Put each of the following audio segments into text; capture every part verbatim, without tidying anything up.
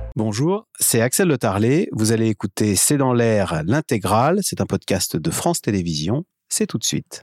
Bonjour, c'est Axel Le Tarlet. Vous allez écouter C'est dans l'air, l'intégrale. C'est un podcast de France Télévisions. C'est tout de suite.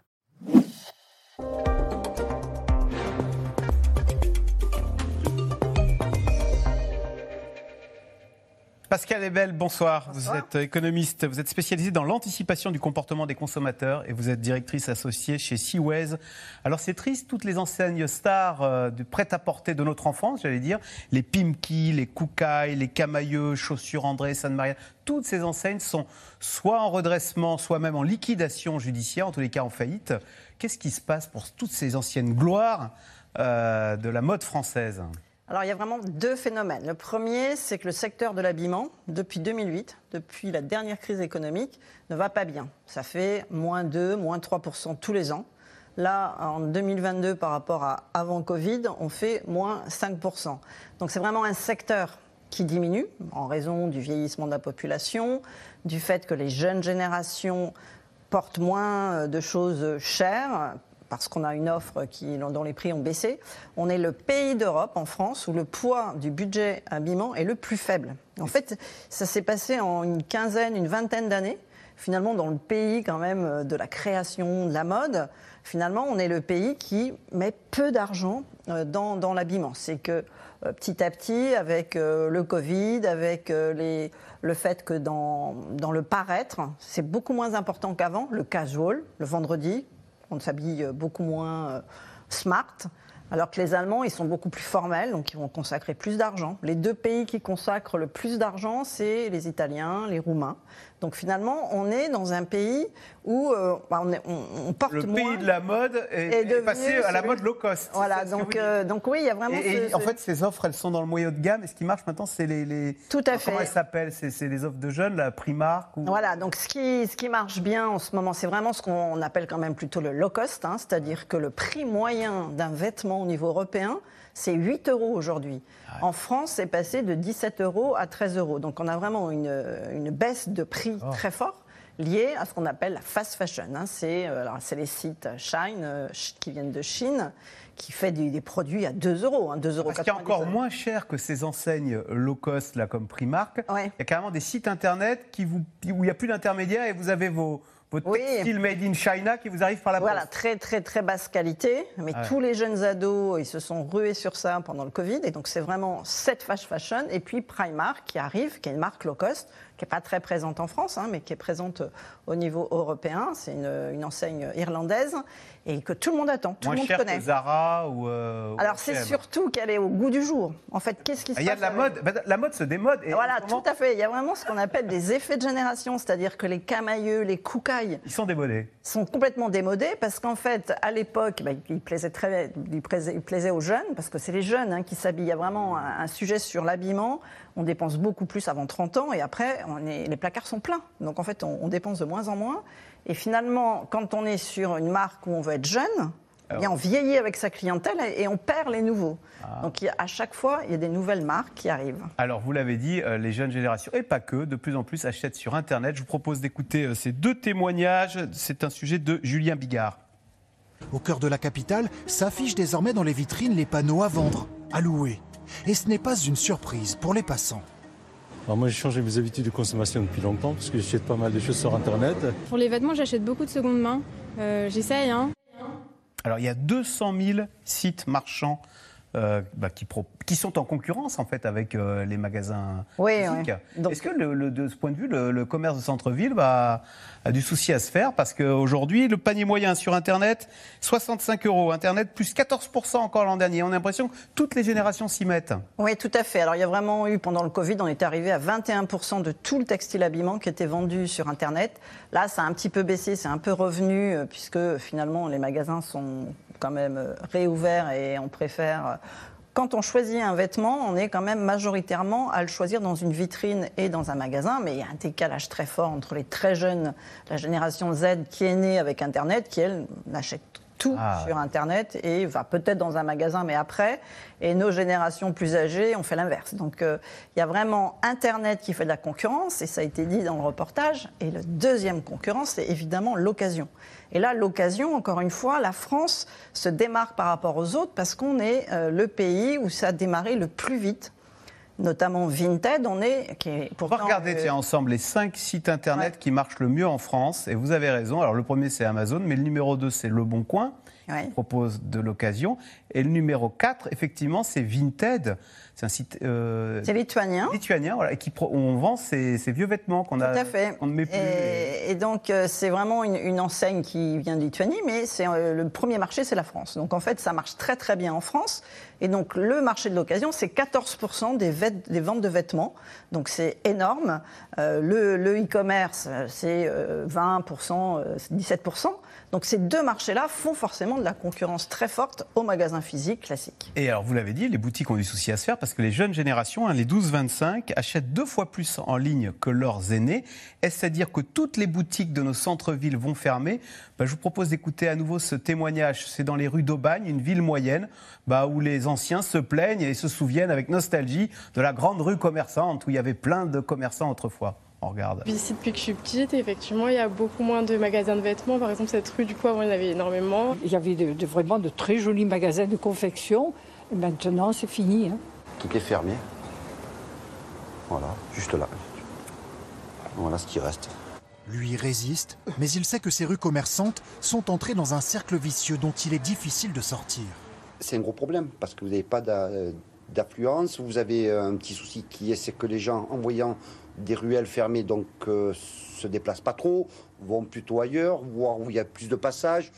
Pascal Ebel, bonsoir. bonsoir. Vous êtes économiste, vous êtes spécialisée dans l'anticipation du comportement des consommateurs et vous êtes directrice associée chez Seaways. Alors c'est triste, toutes les enseignes stars euh, de prêt-à-porter de notre enfance, j'allais dire, les Pimki, les Koukaï, les Camailleux, Chaussures André, Sainte-Marie, toutes ces enseignes sont soit en redressement, soit même en liquidation judiciaire, en tous les cas en faillite. Qu'est-ce qui se passe pour toutes ces anciennes gloires euh, de la mode française ? Alors, il y a vraiment deux phénomènes. Le premier, c'est que le secteur de l'habillement, depuis deux mille huit, depuis la dernière crise économique, ne va pas bien. Ça fait moins deux, moins trois pour cent tous les ans. Là, en deux mille vingt-deux, par rapport à avant Covid, on fait moins cinq pour cent. Donc, c'est vraiment un secteur qui diminue en raison du vieillissement de la population, du fait que les jeunes générations portent moins de choses chères, parce qu'on a une offre qui, dont les prix ont baissé. On est le pays d'Europe, en France, où le poids du budget habillement est le plus faible. En fait, ça s'est passé en une quinzaine, une vingtaine d'années. Finalement, dans le pays quand même de la création, de la mode, finalement, on est le pays qui met peu d'argent dans, dans l'habillement. C'est que petit à petit, avec le Covid, avec les, le fait que dans, dans le paraître, c'est beaucoup moins important qu'avant, le casual, le vendredi, on s'habille beaucoup moins euh, smart, alors que les Allemands, ils sont beaucoup plus formels, donc ils vont consacrer plus d'argent. Les deux pays qui consacrent le plus d'argent, c'est les Italiens, les Roumains. Donc finalement, on est dans un pays où euh, on, est, on, on porte le moins... Le pays de la mode est, est, est passé à la mode low cost. Voilà, donc, euh, donc oui, il y a vraiment... Et, ce, et en fait, ces offres, elles sont dans le moyen de gamme. Et ce qui marche maintenant, c'est les... les... Tout à Alors, fait. Comment elles s'appellent ? c'est, c'est les offres de jeunes, la Primark ou... Voilà, donc ce qui, ce qui marche bien en ce moment, c'est vraiment ce qu'on appelle quand même plutôt le low cost, hein, c'est-à-dire que le prix moyen d'un vêtement au niveau européen, c'est huit euros aujourd'hui. Ah ouais. En France, c'est passé de dix-sept euros à treize euros. Donc on a vraiment une, une baisse de prix oh. très forte liée à ce qu'on appelle la fast fashion. Hein. C'est, euh, alors, c'est les sites Shine euh, qui viennent de Chine, qui fait des, des produits à deux euros. Hein, deux euros Parce qu'il y a encore moins cher que ces enseignes low cost là, comme Primark. Ouais. Il y a carrément des sites internet qui vous, où il n'y a plus d'intermédiaire et vous avez vos... Votre textile oui. made in China qui vous arrive par la poste. Voilà, très très très basse qualité. Mais ah ouais. tous les jeunes ados, ils se sont rués sur ça pendant le Covid. Et donc c'est vraiment cette fast fashion. Et puis Primark qui arrive, qui est une marque low cost, qui n'est pas très présente en France, hein, mais qui est présente au niveau européen. C'est une, une enseigne irlandaise et que tout le monde attend, tout Moins le monde cher connaît. Que Zara ou. Euh, Alors ou c'est surtout qu'elle est au goût du jour. En fait, qu'est-ce qui se ah, passe ? Il y a de la mode. Bah, la mode se démode. Et voilà, comment... tout à fait. Il y a vraiment ce qu'on appelle des effets de génération, c'est-à-dire que les Camailleux, les Koukaï. Ils sont démodés. Sont complètement démodés parce qu'en fait, à l'époque, bah, ils plaisaient très, ils plaisaient, ils plaisaient aux jeunes parce que c'est les jeunes hein, qui s'habillent. Il y a vraiment un, un sujet sur l'habillement. On dépense beaucoup plus avant trente ans et après, on est, les placards sont pleins. Donc en fait, on, on dépense de moins en moins. Et finalement, quand on est sur une marque où on veut être jeune, alors... bien, on vieillit avec sa clientèle et, et on perd les nouveaux. Ah. Donc il y a, à chaque fois, il y a des nouvelles marques qui arrivent. Alors vous l'avez dit, euh, les jeunes générations, et pas que, de plus en plus achètent sur Internet. Je vous propose d'écouter euh, ces deux témoignages. C'est un sujet de Julien Bigard. Au cœur de la capitale, s'affichent désormais dans les vitrines les panneaux à vendre, à louer. Et ce n'est pas une surprise pour les passants. Alors moi j'ai changé mes habitudes de consommation depuis longtemps parce que j'achète pas mal de choses sur Internet. Pour les vêtements, j'achète beaucoup de seconde main. Euh, j'essaye. Hein. Alors il y a deux cent mille sites marchands euh, bah, qui, pro- qui sont en concurrence en fait avec euh, les magasins oui, physiques. Oui. Donc... Est-ce que le, le, de ce point de vue, le, le commerce de centre-ville bah, a du souci à se faire ? Parce qu'aujourd'hui, le panier moyen sur Internet, soixante-cinq euros. Internet, plus quatorze pour cent encore l'an dernier. On a l'impression que toutes les générations s'y mettent. Oui, tout à fait. Alors il y a vraiment eu, pendant le Covid, on est arrivé à vingt et un pour cent de tout le textile habillement qui était vendu sur Internet. Là, ça a un petit peu baissé, c'est un peu revenu, puisque finalement, les magasins sont quand même réouverts et on préfère... Quand on choisit un vêtement, on est quand même majoritairement à le choisir dans une vitrine et dans un magasin, mais il y a un décalage très fort entre les très jeunes, la génération Z qui est née avec Internet, qui elle n'achète tout ah. sur Internet et va peut-être dans un magasin, mais après, et nos générations plus âgées, on fait l'inverse. Donc euh, il y a vraiment Internet qui fait de la concurrence, et ça a été dit dans le reportage, et le deuxième concurrence, c'est évidemment l'occasion. Et là, l'occasion, encore une fois, la France se démarque par rapport aux autres parce qu'on est euh, le pays où ça a démarré le plus vite. notamment Vinted. On est, qui est pourtant, on va regarder euh... tiens, ensemble les cinq sites internet ouais. qui marchent le mieux en France. Et vous avez raison. Alors le premier c'est Amazon, mais le numéro deux c'est Le Bon Coin. Ouais. Qui propose de l'occasion. Et le numéro quatre, effectivement, c'est Vinted. C'est un site... Euh, c'est lituanien. Lituanien, voilà, et qui pro- où on vend ces, ces vieux vêtements qu'on a, qu'on ne met plus. Et, et donc, euh, c'est vraiment une, une enseigne qui vient de Lituanie, mais c'est, euh, le premier marché, c'est la France. Donc, en fait, ça marche très, très bien en France. Et donc, le marché de l'occasion, c'est quatorze pour cent des, vêt- des ventes de vêtements. Donc, c'est énorme. Euh, le, le e-commerce, c'est euh, vingt pour cent, euh, dix-sept pour cent. Donc ces deux marchés-là font forcément de la concurrence très forte aux magasins physiques classiques. Et alors vous l'avez dit, les boutiques ont du souci à se faire parce que les jeunes générations, hein, les douze vingt-cinq, achètent deux fois plus en ligne que leurs aînés. Est-ce à dire que toutes les boutiques de nos centres-villes vont fermer ? bah, Je vous propose d'écouter à nouveau ce témoignage. C'est dans les rues d'Aubagne, une ville moyenne, bah, où les anciens se plaignent et se souviennent avec nostalgie de la grande rue commerçante où il y avait plein de commerçants autrefois. On regarde. Ici depuis que je suis petite, effectivement, il y a beaucoup moins de magasins de vêtements. Par exemple, cette rue, du coup, avant, il y en avait énormément. Il y avait de, de, vraiment de très jolis magasins de confection. Et maintenant, c'est fini. Hein. Tout est fermé. Voilà, juste là. Voilà ce qui reste. Lui résiste, mais il sait que ces rues commerçantes sont entrées dans un cercle vicieux dont il est difficile de sortir. C'est un gros problème parce que vous n'avez pas d'affluence. Vous avez un petit souci qui est, c'est que les gens, en voyant des ruelles fermées, donc euh, se déplacent pas trop, vont plutôt ailleurs, voire où il y a plus de passages.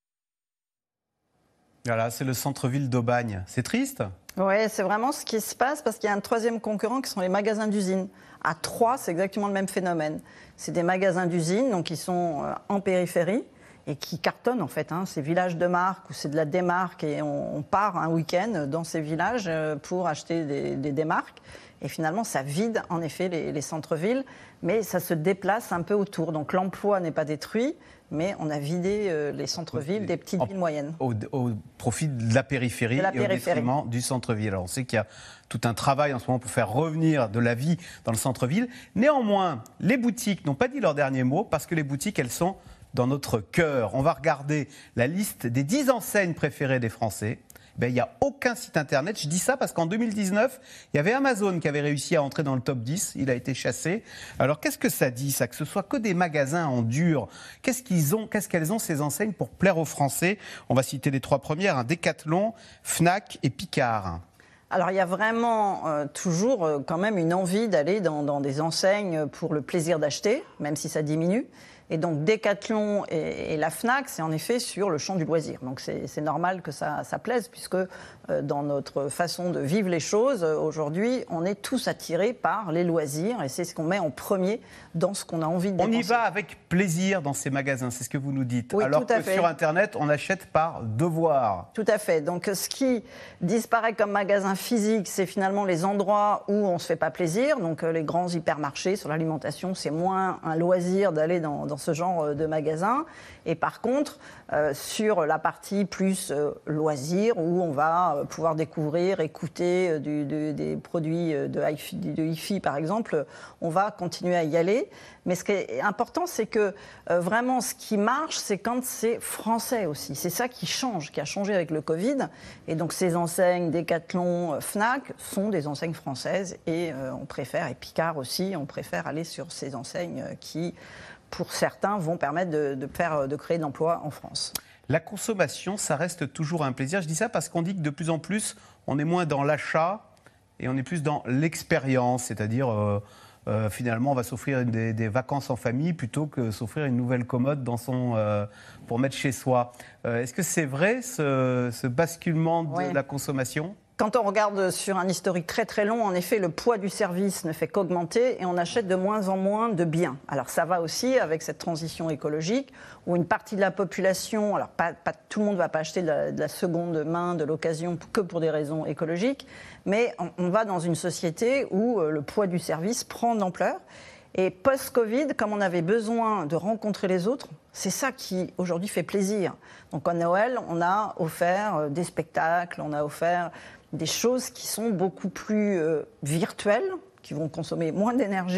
Voilà, c'est le centre-ville d'Aubagne. C'est triste ? Oui, c'est vraiment ce qui se passe parce qu'il y a un troisième concurrent qui sont les magasins d'usine. À Troyes, c'est exactement le même phénomène. C'est des magasins d'usine, donc qui sont euh, en périphérie et qui cartonnent en fait. Hein. Ces villages de marque où c'est de la démarque et on, on part un week-end dans ces villages euh, pour acheter des, des démarques. Et finalement, ça vide en effet les, les centres-villes, mais ça se déplace un peu autour. Donc l'emploi n'est pas détruit, mais on a vidé euh, les centres-villes des petites en, villes moyennes. Au, au profit de la périphérie de la et périphérie. au détriment du centre-ville. Alors on sait qu'il y a tout un travail en ce moment pour faire revenir de la vie dans le centre-ville. Néanmoins, les boutiques n'ont pas dit leur dernier mot parce que les boutiques, elles sont dans notre cœur. On va regarder la liste des dix enseignes préférées des Français. Ben, il n'y a aucun site internet. Je dis ça parce qu'en deux mille dix-neuf, il y avait Amazon qui avait réussi à entrer dans le top dix. Il a été chassé. Alors, qu'est-ce que ça dit, ça ? Que ce soit que des magasins en dur. Qu'est-ce qu'ils ont, qu'est-ce qu'elles ont, ces enseignes, pour plaire aux Français ? On va citer les trois premières, hein, Decathlon, Fnac et Picard. Alors, il y a vraiment euh, toujours euh, quand même une envie d'aller dans, dans des enseignes pour le plaisir d'acheter, même si ça diminue. Et donc, Decathlon et, et la Fnac, c'est en effet sur le champ du loisir. Donc, c'est, c'est normal que ça, ça plaise, puisque euh, dans notre façon de vivre les choses, euh, aujourd'hui, on est tous attirés par les loisirs. Et c'est ce qu'on met en premier dans ce qu'on a envie de dépenser. On y va avec plaisir dans ces magasins, c'est ce que vous nous dites. Oui, alors tout à que fait. Sur Internet, on achète par devoir. Tout à fait. Donc, ce qui disparaît comme magasin physique, c'est finalement les endroits où on ne se fait pas plaisir. Donc, euh, les grands hypermarchés sur l'alimentation, c'est moins un loisir d'aller dans, dans ce genre de magasin. Et par contre, euh, sur la partie plus euh, loisirs, où on va euh, pouvoir découvrir, écouter euh, du, du, des produits de hi-fi, de hi-fi, par exemple, on va continuer à y aller. Mais ce qui est important, c'est que euh, vraiment, ce qui marche, c'est quand c'est français aussi. C'est ça qui change, qui a changé avec le Covid. Et donc, ces enseignes, Decathlon, Fnac, sont des enseignes françaises. Et euh, on préfère, et Picard aussi, on préfère aller sur ces enseignes qui, pour certains, vont permettre de, de, faire, de créer de l'emploi en France. La consommation, ça reste toujours un plaisir. Je dis ça parce qu'on dit que de plus en plus, on est moins dans l'achat et on est plus dans l'expérience, c'est-à-dire... Euh, Euh, finalement, on va s'offrir des, des vacances en famille plutôt que s'offrir une nouvelle commode dans son, euh, pour mettre chez soi. Euh, est-ce que c'est vrai, ce, ce basculement de oui. la consommation ? Quand on regarde sur un historique très très long, en effet, le poids du service ne fait qu'augmenter et on achète de moins en moins de biens. Alors ça va aussi avec cette transition écologique où une partie de la population, alors pas, pas tout le monde ne va pas acheter de la, de la seconde main, de l'occasion que pour des raisons écologiques, mais on, on va dans une société où euh, le poids du service prend de l'ampleur. Et post-Covid, comme on avait besoin de rencontrer les autres, c'est ça qui aujourd'hui fait plaisir. Donc à Noël, on a offert des spectacles, on a offert des choses qui sont beaucoup plus euh, virtuelles, qui vont consommer moins d'énergie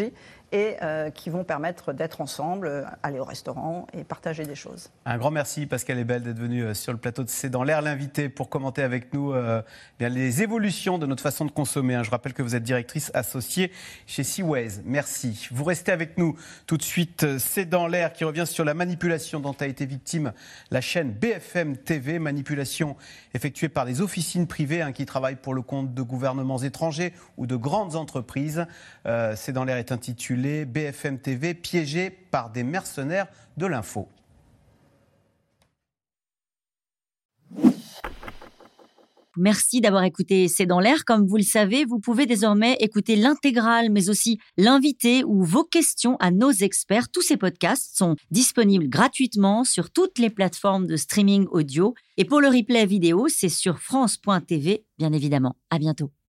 et euh, qui vont permettre d'être ensemble, euh, aller au restaurant et partager des choses. Un grand merci Pascale Ebel d'être venue euh, sur le plateau de C'est dans l'air, l'invité pour commenter avec nous euh, bien, les évolutions de notre façon de consommer. Hein. Je rappelle que vous êtes directrice associée chez Seaways. Merci. Vous restez avec nous tout de suite. C'est dans l'air qui revient sur la manipulation dont a été victime la chaîne B F M T V. Manipulation effectuée par des officines privées hein, qui travaillent pour le compte de gouvernements étrangers ou de grandes entreprises. Euh, C'est dans l'air est intitulé B F M T V piégé par des mercenaires de l'info. Merci d'avoir écouté C'est dans l'air. Comme vous le savez, vous pouvez désormais écouter l'intégrale, mais aussi l'invité ou vos questions à nos experts. Tous ces podcasts sont disponibles gratuitement sur toutes les plateformes de streaming audio. Et pour le replay vidéo, c'est sur France point T V, bien évidemment. À bientôt.